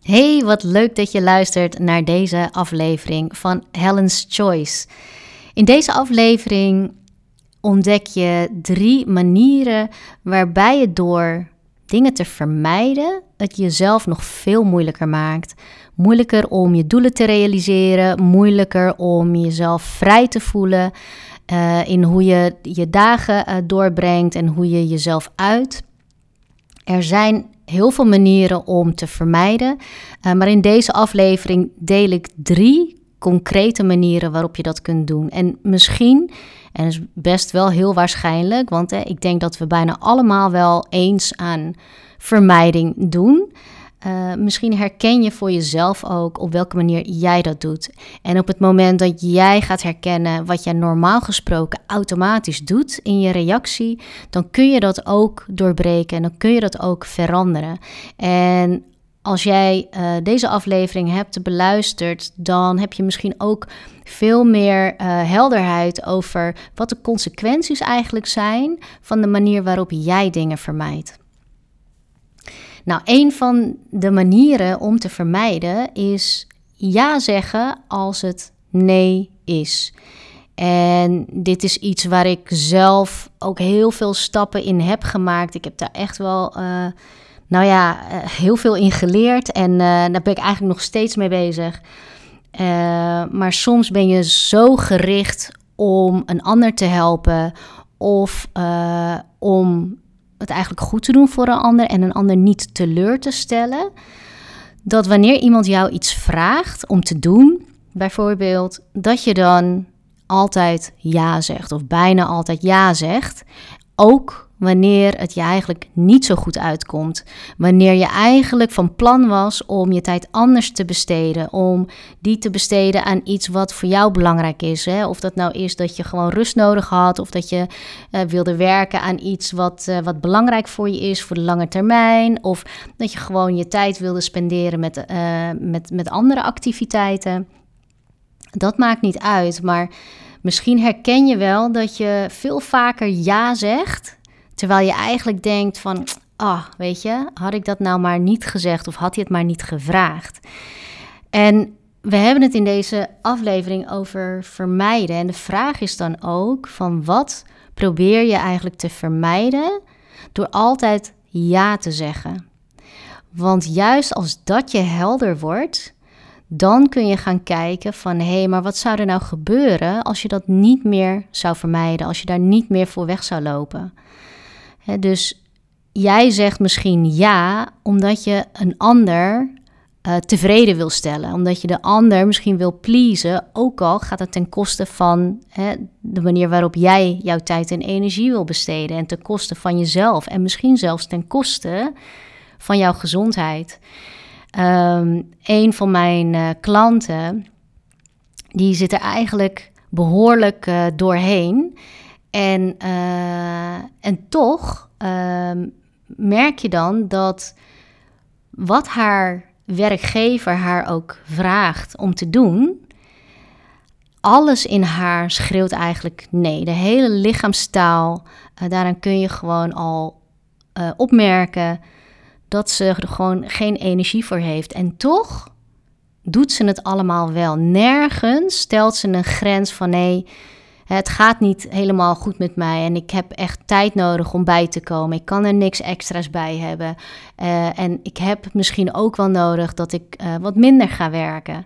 Hey, wat leuk dat je luistert naar deze aflevering van Helen's Choice. In deze aflevering ontdek je 3 manieren waarbij je door dingen te vermijden het jezelf nog veel moeilijker maakt. Moeilijker om je doelen te realiseren, moeilijker om jezelf vrij te voelen in hoe je je dagen doorbrengt en hoe je jezelf uit. Er zijn heel veel manieren om te vermijden, maar in deze aflevering deel ik 3 concrete manieren waarop je dat kunt doen. En misschien, en dat is best wel heel waarschijnlijk, want ik denk dat we bijna allemaal wel eens aan vermijding doen. Misschien herken je voor jezelf ook op welke manier jij dat doet. En op het moment dat jij gaat herkennen wat jij normaal gesproken automatisch doet in je reactie, dan kun je dat ook doorbreken en dan kun je dat ook veranderen. En als jij deze aflevering hebt beluisterd, dan heb je misschien ook veel meer helderheid over wat de consequenties eigenlijk zijn van de manier waarop jij dingen vermijdt. Nou, een van de manieren om te vermijden is ja zeggen als het nee is. En dit is iets waar ik zelf ook heel veel stappen in heb gemaakt. Ik heb daar echt wel heel veel in geleerd en daar ben ik eigenlijk nog steeds mee bezig. Maar soms ben je zo gericht om een ander te helpen of om het eigenlijk goed te doen voor een ander en een ander niet teleur te stellen, dat wanneer iemand jou iets vraagt om te doen, bijvoorbeeld, dat je dan altijd ja zegt of bijna altijd ja zegt, ook wanneer het je eigenlijk niet zo goed uitkomt. Wanneer je eigenlijk van plan was om je tijd anders te besteden, om die te besteden aan iets wat voor jou belangrijk is. Hè? Of dat nou is dat je gewoon rust nodig had, of dat je wilde werken aan iets wat belangrijk voor je is voor de lange termijn, of dat je gewoon je tijd wilde spenderen met andere activiteiten. Dat maakt niet uit, maar misschien herken je wel dat je veel vaker ja zegt, terwijl je eigenlijk denkt van, weet je, had ik dat nou maar niet gezegd of had hij het maar niet gevraagd? En we hebben het in deze aflevering over vermijden. En de vraag is dan ook van wat probeer je eigenlijk te vermijden door altijd ja te zeggen? Want juist als dat je helder wordt, dan kun je gaan kijken van, maar wat zou er nou gebeuren als je dat niet meer zou vermijden, als je daar niet meer voor weg zou lopen? Dus jij zegt misschien ja, omdat je een ander tevreden wil stellen. Omdat je de ander misschien wil pleasen, ook al gaat het ten koste van de manier waarop jij jouw tijd en energie wil besteden. En ten koste van jezelf en misschien zelfs ten koste van jouw gezondheid. Een van mijn klanten, die zit er eigenlijk behoorlijk doorheen. En toch merk je dan dat wat haar werkgever haar ook vraagt om te doen, alles in haar schreeuwt eigenlijk nee. De hele lichaamstaal, daaraan kun je gewoon al opmerken dat ze er gewoon geen energie voor heeft. En toch doet ze het allemaal wel. Nergens stelt ze een grens van nee, het gaat niet helemaal goed met mij en ik heb echt tijd nodig om bij te komen. Ik kan er niks extra's bij hebben. En ik heb misschien ook wel nodig dat ik wat minder ga werken.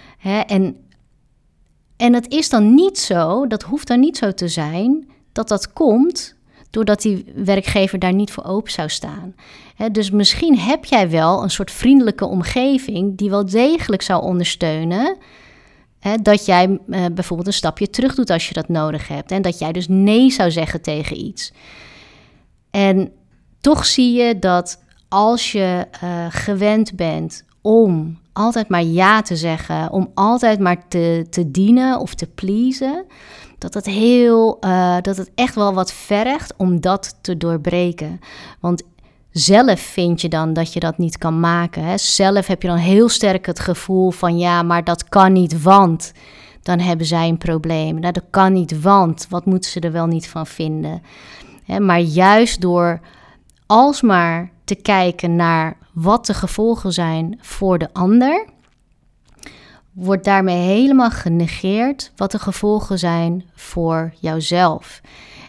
En het is dan niet zo, dat hoeft dan niet zo te zijn, dat komt doordat die werkgever daar niet voor open zou staan. Dus misschien heb jij wel een soort vriendelijke omgeving die wel degelijk zou ondersteunen, dat jij bijvoorbeeld een stapje terug doet als je dat nodig hebt. En dat jij dus nee zou zeggen tegen iets. En toch zie je dat als je gewend bent om altijd maar ja te zeggen, om altijd maar te dienen of te pleasen, dat het echt wel wat vergt om dat te doorbreken. Want zelf vind je dan dat je dat niet kan maken. Hè? Zelf heb je dan heel sterk het gevoel van ja, maar dat kan niet, want dan hebben zij een probleem. Nou, dat kan niet, want wat moeten ze er wel niet van vinden? Maar juist door alsmaar te kijken naar wat de gevolgen zijn voor de ander, wordt daarmee helemaal genegeerd wat de gevolgen zijn voor jouzelf.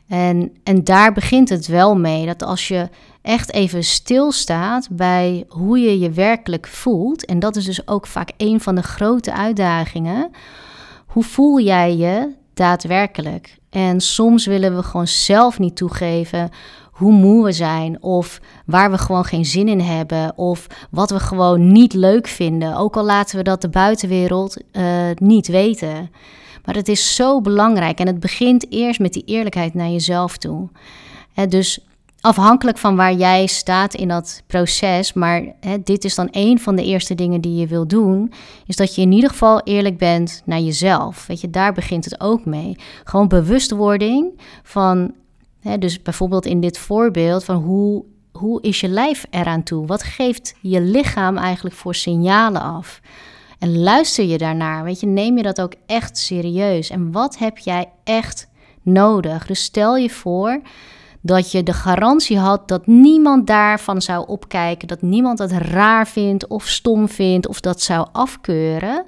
En daar begint het wel mee, dat als je echt even stilstaat bij hoe je je werkelijk voelt, en dat is dus ook vaak een van de grote uitdagingen, hoe voel jij je daadwerkelijk? En soms willen we gewoon zelf niet toegeven hoe moe we zijn, of waar we gewoon geen zin in hebben, of wat we gewoon niet leuk vinden, ook al laten we dat de buitenwereld niet weten. Maar het is zo belangrijk en het begint eerst met die eerlijkheid naar jezelf toe. Dus afhankelijk van waar jij staat in dat proces, maar dit is dan een van de eerste dingen die je wil doen, is dat je in ieder geval eerlijk bent naar jezelf. Weet je, daar begint het ook mee. Gewoon bewustwording van, dus bijvoorbeeld in dit voorbeeld, van hoe is je lijf eraan toe? Wat geeft je lichaam eigenlijk voor signalen af? En luister je daarnaar, weet je, neem je dat ook echt serieus? En wat heb jij echt nodig? Dus stel je voor dat je de garantie had dat niemand daarvan zou opkijken, dat niemand het raar vindt of stom vindt of dat zou afkeuren.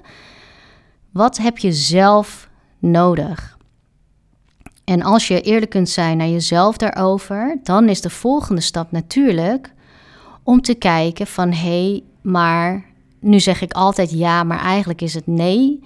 Wat heb je zelf nodig? En als je eerlijk kunt zijn naar jezelf daarover, dan is de volgende stap natuurlijk om te kijken van hé, maar nu zeg ik altijd ja, maar eigenlijk is het nee.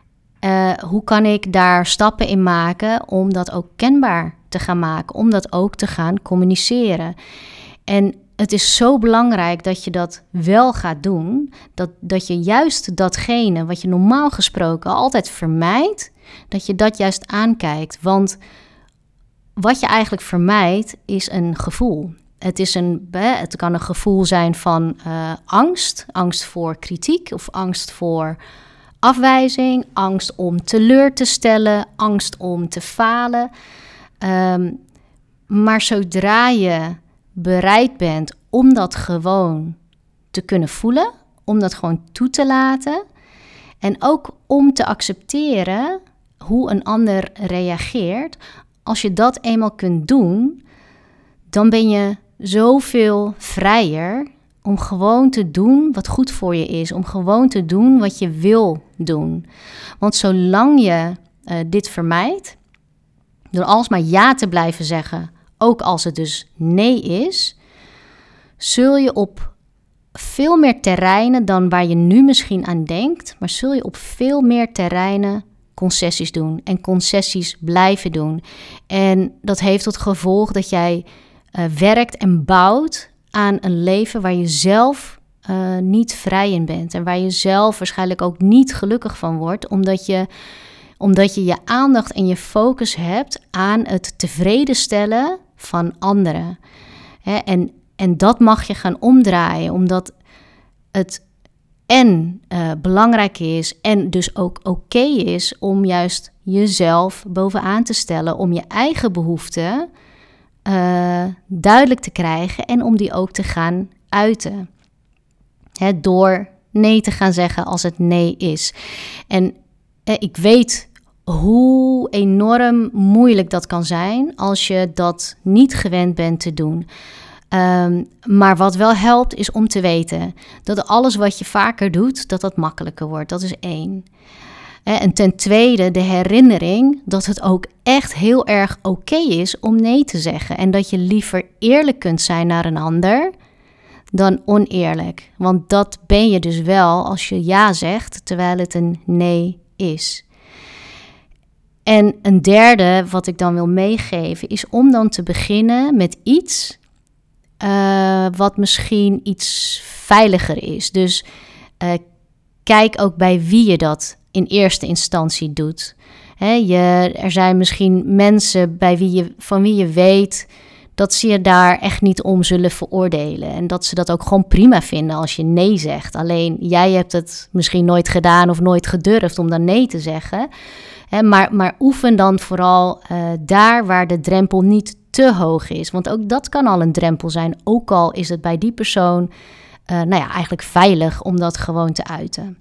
Hoe kan ik daar stappen in maken om dat ook kenbaar te gaan maken, om dat ook te gaan communiceren? En het is zo belangrijk dat je dat wel gaat doen, dat je juist datgene wat je normaal gesproken altijd vermijdt, dat je dat juist aankijkt. Want wat je eigenlijk vermijdt is een gevoel. Het kan een gevoel zijn van angst voor kritiek of angst voor afwijzing, angst om teleur te stellen, angst om te falen. Maar zodra je bereid bent om dat gewoon te kunnen voelen, om dat gewoon toe te laten en ook om te accepteren hoe een ander reageert, als je dat eenmaal kunt doen, dan ben je zoveel vrijer om gewoon te doen wat goed voor je is, om gewoon te doen wat je wil doen. Want zolang je dit vermijdt, door alsmaar ja te blijven zeggen, ook als het dus nee is, zul je op veel meer terreinen dan waar je nu misschien aan denkt, maar zul je op veel meer terreinen concessies doen en concessies blijven doen. En dat heeft tot gevolg dat jij werkt en bouwt aan een leven waar je zelf niet vrij in bent en waar je zelf waarschijnlijk ook niet gelukkig van wordt, omdat je je aandacht en je focus hebt aan het tevreden stellen van anderen. En dat mag je gaan omdraaien, omdat het belangrijk is en dus ook oké is om juist jezelf bovenaan te stellen, om je eigen behoeften duidelijk te krijgen en om die ook te gaan uiten. Door nee te gaan zeggen als het nee is. En ik weet hoe enorm moeilijk dat kan zijn als je dat niet gewend bent te doen. Maar wat wel helpt is om te weten dat alles wat je vaker doet, dat makkelijker wordt. Dat is 1. En ten tweede de herinnering dat het ook echt heel erg oké is om nee te zeggen. En dat je liever eerlijk kunt zijn naar een ander dan oneerlijk. Want dat ben je dus wel als je ja zegt terwijl het een nee is. En een derde wat ik dan wil meegeven is om dan te beginnen met iets wat misschien iets veiliger is. Dus kijk ook bij wie je dat in eerste instantie doet. Er zijn misschien mensen van wie je weet dat ze je daar echt niet om zullen veroordelen. En dat ze dat ook gewoon prima vinden als je nee zegt. Alleen jij hebt het misschien nooit gedaan of nooit gedurfd om dan nee te zeggen. Maar oefen dan vooral daar waar de drempel niet te hoog is. Want ook dat kan al een drempel zijn. Ook al is het bij die persoon eigenlijk veilig om dat gewoon te uiten.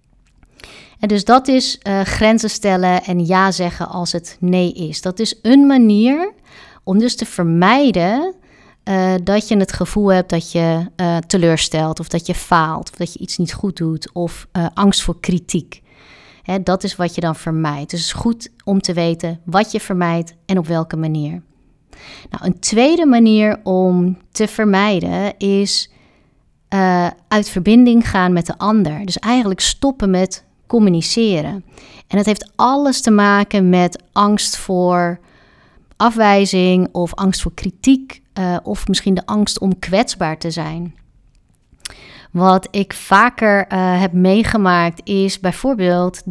En dus dat is grenzen stellen en ja zeggen als het nee is. Dat is een manier om dus te vermijden dat je het gevoel hebt dat je teleurstelt of dat je faalt of dat je iets niet goed doet of angst voor kritiek. Dat is wat je dan vermijdt. Dus het is goed om te weten wat je vermijdt en op welke manier. Nou, een tweede manier om te vermijden is uit verbinding gaan met de ander. Dus eigenlijk stoppen met communiceren. En het heeft alles te maken met angst voor afwijzing of angst voor kritiek of misschien de angst om kwetsbaar te zijn. Wat ik vaker heb meegemaakt is bijvoorbeeld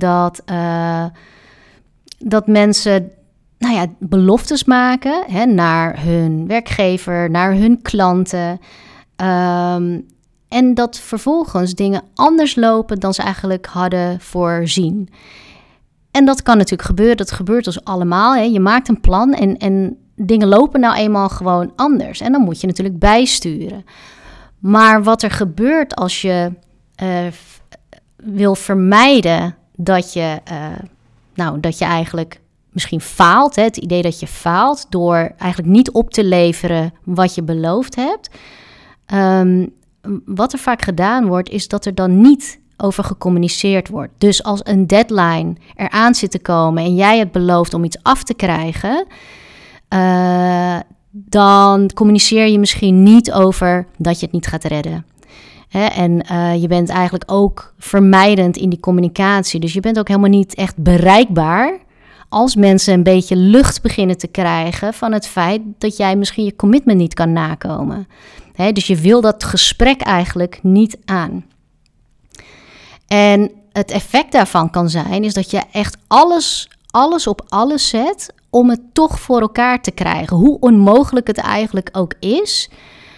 dat mensen beloftes maken naar hun werkgever, naar hun klanten. En dat vervolgens dingen anders lopen dan ze eigenlijk hadden voorzien. En dat kan natuurlijk gebeuren, dat gebeurt ons allemaal. Je maakt een plan en dingen lopen nou eenmaal gewoon anders. En dan moet je natuurlijk bijsturen. Maar wat er gebeurt als je wil vermijden dat je eigenlijk misschien faalt. Het idee dat je faalt door eigenlijk niet op te leveren wat je beloofd hebt. Wat er vaak gedaan wordt, is dat er dan niet over gecommuniceerd wordt. Dus als een deadline eraan zit te komen en jij hebt beloofd om iets af te krijgen, dan communiceer je misschien niet over dat je het niet gaat redden. En je bent eigenlijk ook vermijdend in die communicatie. Dus je bent ook helemaal niet echt bereikbaar als mensen een beetje lucht beginnen te krijgen van het feit dat jij misschien je commitment niet kan nakomen. Dus je wil dat gesprek eigenlijk niet aan. En het effect daarvan kan zijn, is dat je echt alles op alles zet om het toch voor elkaar te krijgen. Hoe onmogelijk het eigenlijk ook is.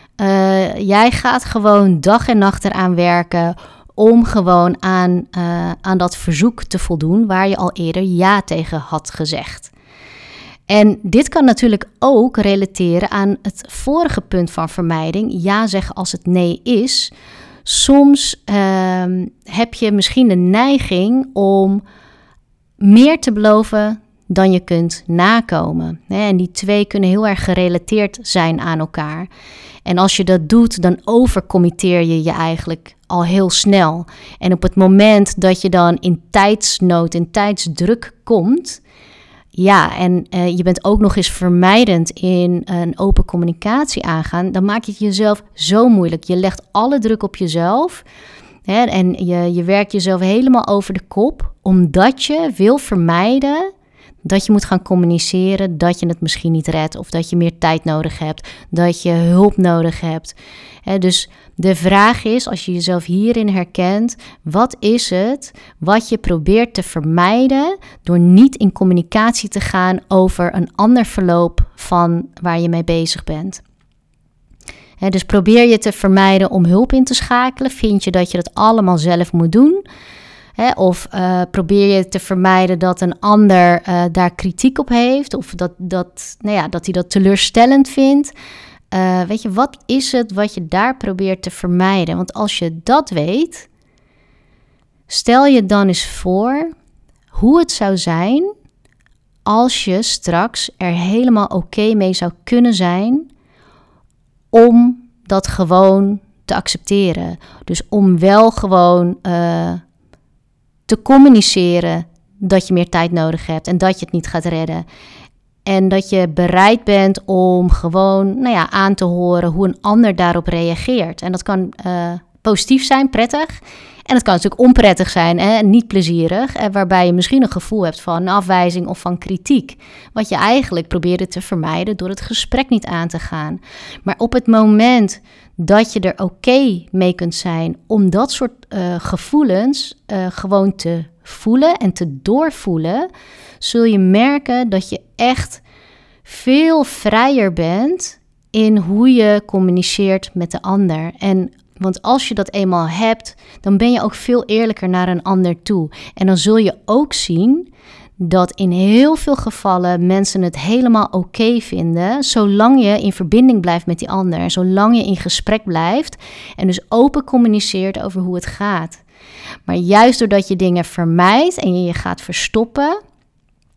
Jij gaat gewoon dag en nacht eraan werken om gewoon aan dat verzoek te voldoen waar je al eerder ja tegen had gezegd. En dit kan natuurlijk ook relateren aan het vorige punt van vermijding. Ja zeggen als het nee is. Soms heb je misschien de neiging om meer te beloven dan je kunt nakomen. En die twee kunnen heel erg gerelateerd zijn aan elkaar. En als je dat doet, dan overcommitteer je je eigenlijk al heel snel. En op het moment dat je dan in tijdsnood, in tijdsdruk komt, en je bent ook nog eens vermijdend in een open communicatie aangaan, dan maak je het jezelf zo moeilijk. Je legt alle druk op jezelf en je werkt jezelf helemaal over de kop, omdat je wil vermijden dat je moet gaan communiceren, dat je het misschien niet redt of dat je meer tijd nodig hebt, dat je hulp nodig hebt. Dus de vraag is, als je jezelf hierin herkent, wat is het wat je probeert te vermijden door niet in communicatie te gaan over een ander verloop van waar je mee bezig bent? Dus probeer je te vermijden om hulp in te schakelen. Vind je dat je dat allemaal zelf moet doen? Of probeer je te vermijden dat een ander daar kritiek op heeft of dat hij dat teleurstellend vindt. Wat is het wat je daar probeert te vermijden? Want als je dat weet, stel je dan eens voor hoe het zou zijn als je straks er helemaal oké mee zou kunnen zijn om dat gewoon te accepteren. Dus om wel gewoon te communiceren dat je meer tijd nodig hebt en dat je het niet gaat redden. En dat je bereid bent om gewoon aan te horen hoe een ander daarop reageert. En dat kan positief zijn, prettig. En het kan natuurlijk onprettig zijn, niet plezierig. Waarbij je misschien een gevoel hebt van afwijzing of van kritiek. Wat je eigenlijk probeerde te vermijden door het gesprek niet aan te gaan. Maar op het moment dat je er oké mee kunt zijn om dat soort gevoelens gewoon te voelen en te doorvoelen, zul je merken dat je echt veel vrijer bent in hoe je communiceert met de ander. Want als je dat eenmaal hebt, dan ben je ook veel eerlijker naar een ander toe. En dan zul je ook zien dat in heel veel gevallen mensen het helemaal oké vinden, zolang je in verbinding blijft met die ander. En zolang je in gesprek blijft en dus open communiceert over hoe het gaat. Maar juist doordat je dingen vermijdt en je gaat verstoppen,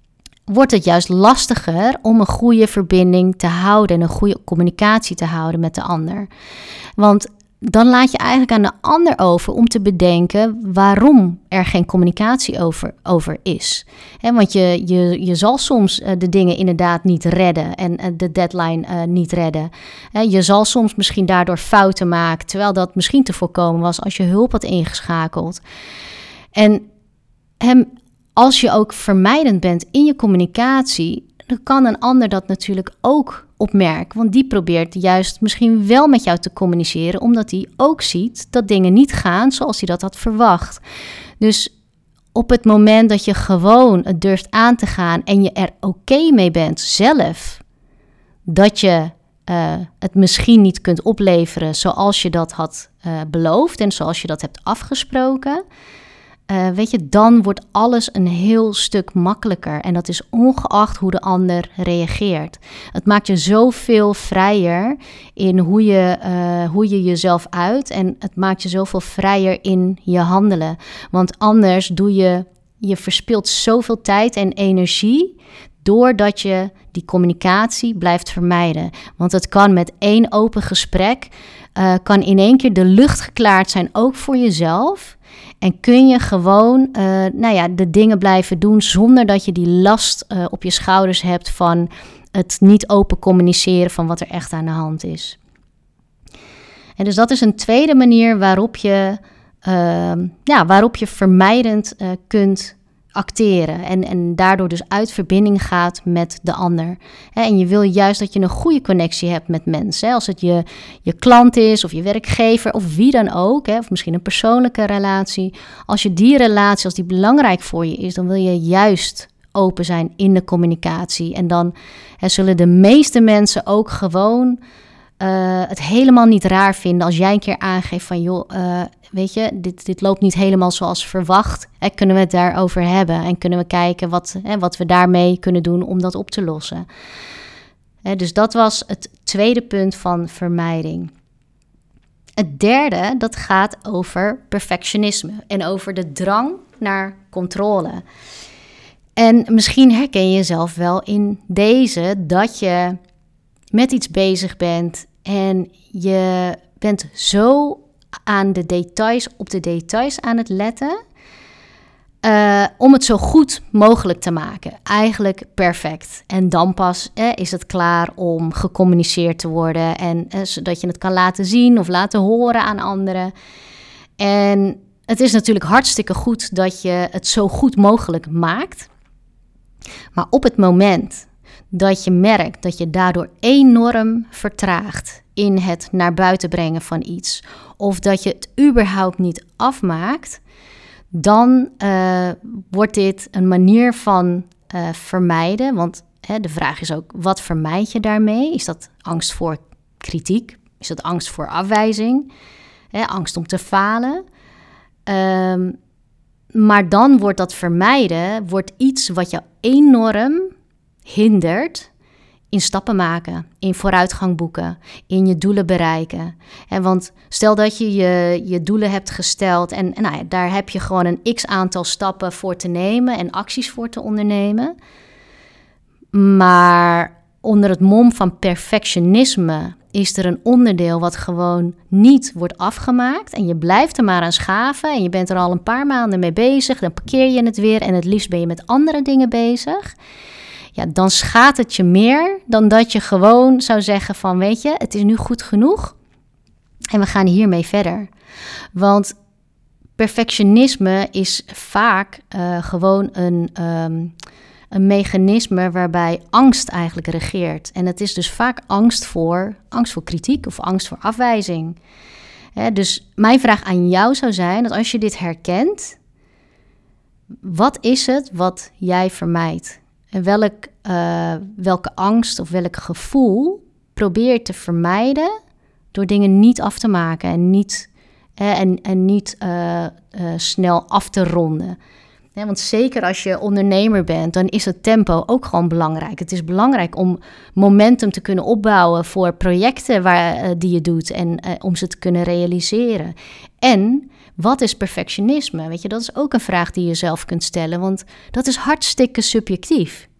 wordt het juist lastiger om een goede verbinding te houden en een goede communicatie te houden met de ander. Want dan laat je eigenlijk aan de ander over om te bedenken waarom er geen communicatie over is. Want je zal soms de dingen inderdaad niet redden en de deadline niet redden. Je zal soms misschien daardoor fouten maken, terwijl dat misschien te voorkomen was als je hulp had ingeschakeld. En als je ook vermijdend bent in je communicatie, dan kan een ander dat natuurlijk ook opmerken. Want die probeert juist misschien wel met jou te communiceren, omdat hij ook ziet dat dingen niet gaan zoals hij dat had verwacht. Dus op het moment dat je gewoon het durft aan te gaan en je er oké mee bent zelf, dat je het misschien niet kunt opleveren zoals je dat had beloofd en zoals je dat hebt afgesproken, dan wordt alles een heel stuk makkelijker. En dat is ongeacht hoe de ander reageert. Het maakt je zoveel vrijer in hoe je jezelf uit. En het maakt je zoveel vrijer in je handelen. Want anders je verspilt zoveel tijd en energie doordat je die communicatie blijft vermijden. Want het kan met 1 open gesprek, kan in één keer de lucht geklaard zijn, ook voor jezelf. En kun je gewoon de dingen blijven doen zonder dat je die last op je schouders hebt van het niet open communiceren van wat er echt aan de hand is. En dus dat is een tweede manier waarop je vermijdend kunt acteren en daardoor dus uit verbinding gaat met de ander. En je wil juist dat je een goede connectie hebt met mensen. Als het je klant is of je werkgever of wie dan ook, of misschien een persoonlijke relatie. Als die relatie, als die belangrijk voor je is, dan wil je juist open zijn in de communicatie. En dan zullen de meeste mensen ook gewoon het helemaal niet raar vinden als jij een keer aangeeft van joh, dit loopt niet helemaal zoals verwacht. Kunnen we het daarover hebben en kunnen we kijken wat we daarmee kunnen doen om dat op te lossen. Dus dat was het tweede punt van vermijding. Het derde, dat gaat over perfectionisme en over de drang naar controle. En misschien herken je jezelf wel in deze, dat je met iets bezig bent en je bent zo op de details aan het letten, om het zo goed mogelijk te maken. Eigenlijk perfect. En dan pas is het klaar om gecommuniceerd te worden en zodat je het kan laten zien of laten horen aan anderen. En het is natuurlijk hartstikke goed dat je het zo goed mogelijk maakt. Maar op het moment dat je merkt dat je daardoor enorm vertraagt in het naar buiten brengen van iets, of dat je het überhaupt niet afmaakt, dan wordt dit een manier van vermijden. Want de vraag is ook, wat vermijd je daarmee? Is dat angst voor kritiek? Is dat angst voor afwijzing? Angst om te falen? Maar dan wordt dat vermijden iets wat jou enorm hindert in stappen maken, in vooruitgang boeken, in je doelen bereiken. Want stel dat je je doelen hebt gesteld en daar heb je gewoon een x-aantal stappen voor te nemen en acties voor te ondernemen. Maar onder het mom van perfectionisme is er een onderdeel wat gewoon niet wordt afgemaakt en je blijft er maar aan schaven en je bent er al een paar maanden mee bezig, dan parkeer je het weer en het liefst ben je met andere dingen bezig. Ja, dan schaadt het je meer dan dat je gewoon zou zeggen van weet je, het is nu goed genoeg en we gaan hiermee verder. Want perfectionisme is vaak gewoon een mechanisme waarbij angst eigenlijk regeert. En het is dus vaak angst voor kritiek of angst voor afwijzing. Dus mijn vraag aan jou zou zijn dat als je dit herkent, wat is het wat jij vermijdt? En welke angst of welk gevoel probeer je te vermijden door dingen niet af te maken en niet snel af te ronden. Want zeker als je ondernemer bent, dan is het tempo ook gewoon belangrijk. Het is belangrijk om momentum te kunnen opbouwen voor projecten die je doet en om ze te kunnen realiseren. En wat is perfectionisme? Dat is ook een vraag die je zelf kunt stellen, want dat is hartstikke subjectief.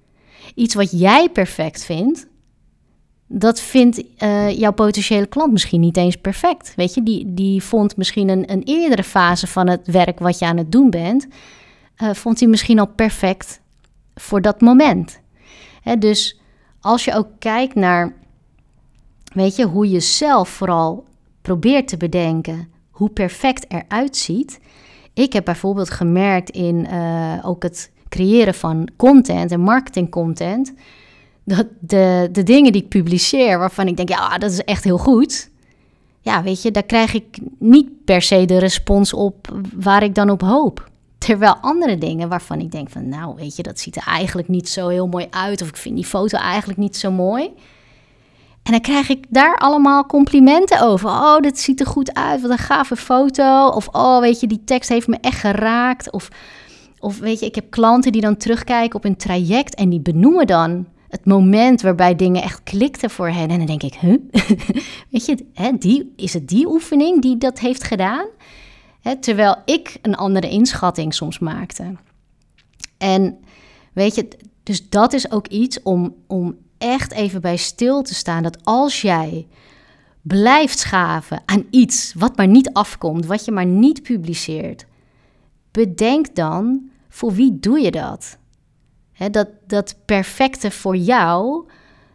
iets wat jij perfect vindt, dat vindt jouw potentiële klant misschien niet eens perfect. Weet je, die vond misschien een eerdere fase van het werk wat je aan het doen bent, vond hij misschien al perfect voor dat moment. Dus als je ook kijkt naar, weet je, hoe je zelf vooral probeert te bedenken hoe perfect eruit ziet. Ik heb bijvoorbeeld gemerkt in ook het creëren van content en marketingcontent, dat de dingen die ik publiceer, waarvan ik denk, ja, dat is echt heel goed. Ja, weet je, daar krijg ik niet per se de respons op waar ik dan op hoop. Terwijl andere dingen waarvan ik denk van, nou, weet je, dat ziet er eigenlijk niet zo heel mooi uit. Of ik vind die foto eigenlijk niet zo mooi. En dan krijg ik daar allemaal complimenten over. Oh, dit ziet er goed uit, wat een gave foto. Of, oh, weet je, die tekst heeft me echt geraakt. Of weet je, ik heb klanten die dan terugkijken op een traject en die benoemen dan het moment waarbij dingen echt klikten voor hen. En dan denk ik, weet je, is het die oefening die dat heeft gedaan? Terwijl ik een andere inschatting soms maakte. En weet je, dus dat is ook iets om echt even bij stil te staan. Dat als jij blijft schaven aan iets wat maar niet afkomt, wat je maar niet publiceert, bedenk dan, voor wie doe je dat? Dat perfecte voor jou,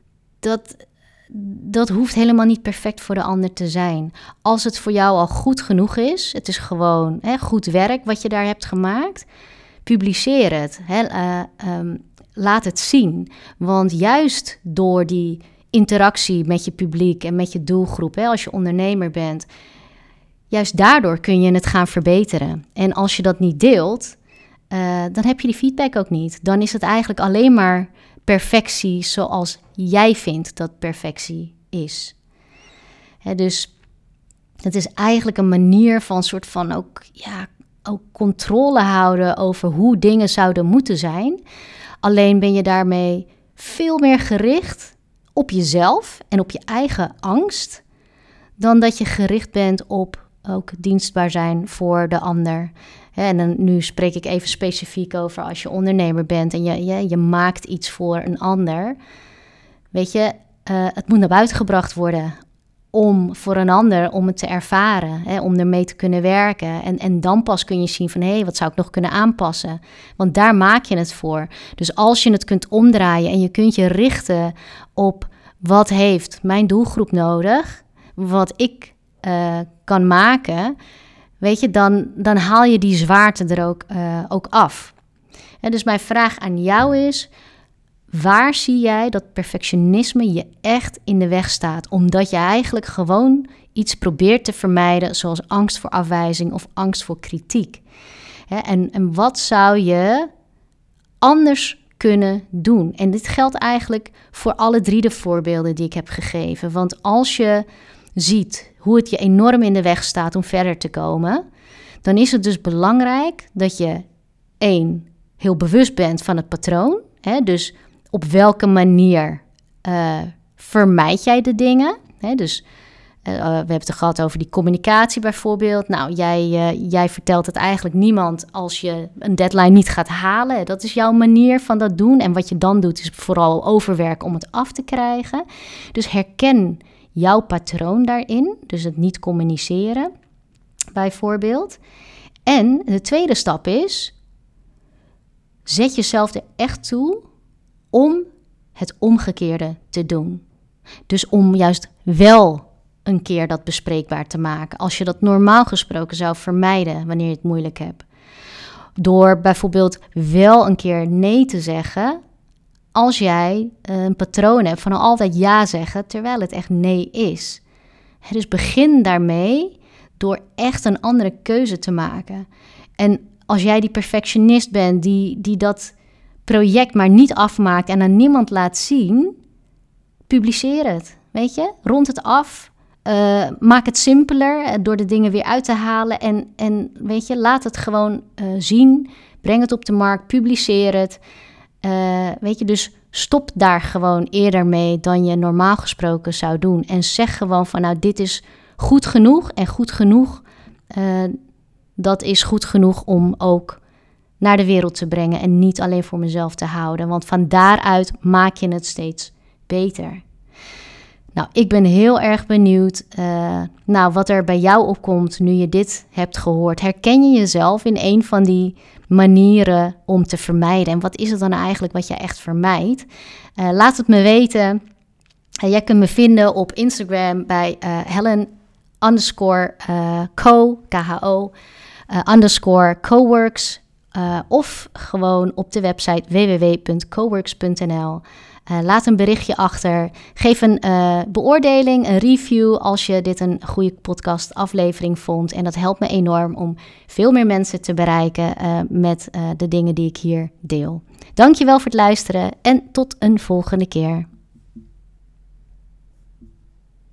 dat hoeft helemaal niet perfect voor de ander te zijn. Als het voor jou al goed genoeg is, het is gewoon goed werk wat je daar hebt gemaakt, publiceer het. Laat het zien. Want juist door die interactie met je publiek en met je doelgroep, als je ondernemer bent, juist daardoor kun je het gaan verbeteren. En als je dat niet deelt, dan heb je die feedback ook niet. Dan is het eigenlijk alleen maar perfectie zoals jij vindt dat perfectie is. Dus het is eigenlijk een manier van soort van ook controle houden over hoe dingen zouden moeten zijn. Alleen ben je daarmee veel meer gericht op jezelf en op je eigen angst, dan dat je gericht bent op ook dienstbaar zijn voor de ander. En dan, nu spreek ik even specifiek over als je ondernemer bent en je maakt iets voor een ander. Weet je, het moet naar buiten gebracht worden voor een ander, om het te ervaren, om ermee te kunnen werken. En dan pas kun je zien van, wat zou ik nog kunnen aanpassen? Want daar maak je het voor. Dus als je het kunt omdraaien en je kunt je richten op wat heeft mijn doelgroep nodig, wat ik kan maken, weet je, dan haal je die zwaarte er ook af. Dus mijn vraag aan jou is, waar zie jij dat perfectionisme je echt in de weg staat? Omdat je eigenlijk gewoon iets probeert te vermijden, zoals angst voor afwijzing of angst voor kritiek. En wat zou je anders kunnen doen? En dit geldt eigenlijk voor alle 3 de voorbeelden die ik heb gegeven. Want als je ziet hoe het je enorm in de weg staat om verder te komen, dan is het dus belangrijk dat je 1, heel bewust bent van het patroon. Dus op welke manier vermijd jij de dingen? Dus we hebben het gehad over die communicatie bijvoorbeeld. Nou, jij vertelt het eigenlijk niemand als je een deadline niet gaat halen. Dat is jouw manier van dat doen. En wat je dan doet is vooral overwerken om het af te krijgen. Dus herken jouw patroon daarin. Dus het niet communiceren bijvoorbeeld. En de tweede stap is, zet jezelf er echt toe om het omgekeerde te doen. Dus om juist wel een keer dat bespreekbaar te maken, als je dat normaal gesproken zou vermijden wanneer je het moeilijk hebt. Door bijvoorbeeld wel een keer nee te zeggen als jij een patroon hebt van altijd ja zeggen, terwijl het echt nee is. Dus begin daarmee door echt een andere keuze te maken. En als jij die perfectionist bent die dat project maar niet afmaakt en aan niemand laat zien, publiceer het, weet je? Rond het af, maak het simpeler door de dingen weer uit te halen en weet je, laat het gewoon zien, breng het op de markt, publiceer het. Weet je, dus stop daar gewoon eerder mee dan je normaal gesproken zou doen. En zeg gewoon van, nou, dit is goed genoeg. En goed genoeg, dat is goed genoeg om ook naar de wereld te brengen en niet alleen voor mezelf te houden. Want van daaruit maak je het steeds beter. Nou, ik ben heel erg benieuwd wat er bij jou opkomt nu je dit hebt gehoord. Herken je jezelf in een van die manieren om te vermijden? En wat is het dan eigenlijk wat je echt vermijdt? Laat het me weten. Jij kunt me vinden op Instagram bij Helen_co, K-H-O, _coworks. Of gewoon op de website www.coworks.nl. Laat een berichtje achter. Geef een beoordeling, een review als je dit een goede podcastaflevering vond. En dat helpt me enorm om veel meer mensen te bereiken met de dingen die ik hier deel. Dankjewel voor het luisteren en tot een volgende keer.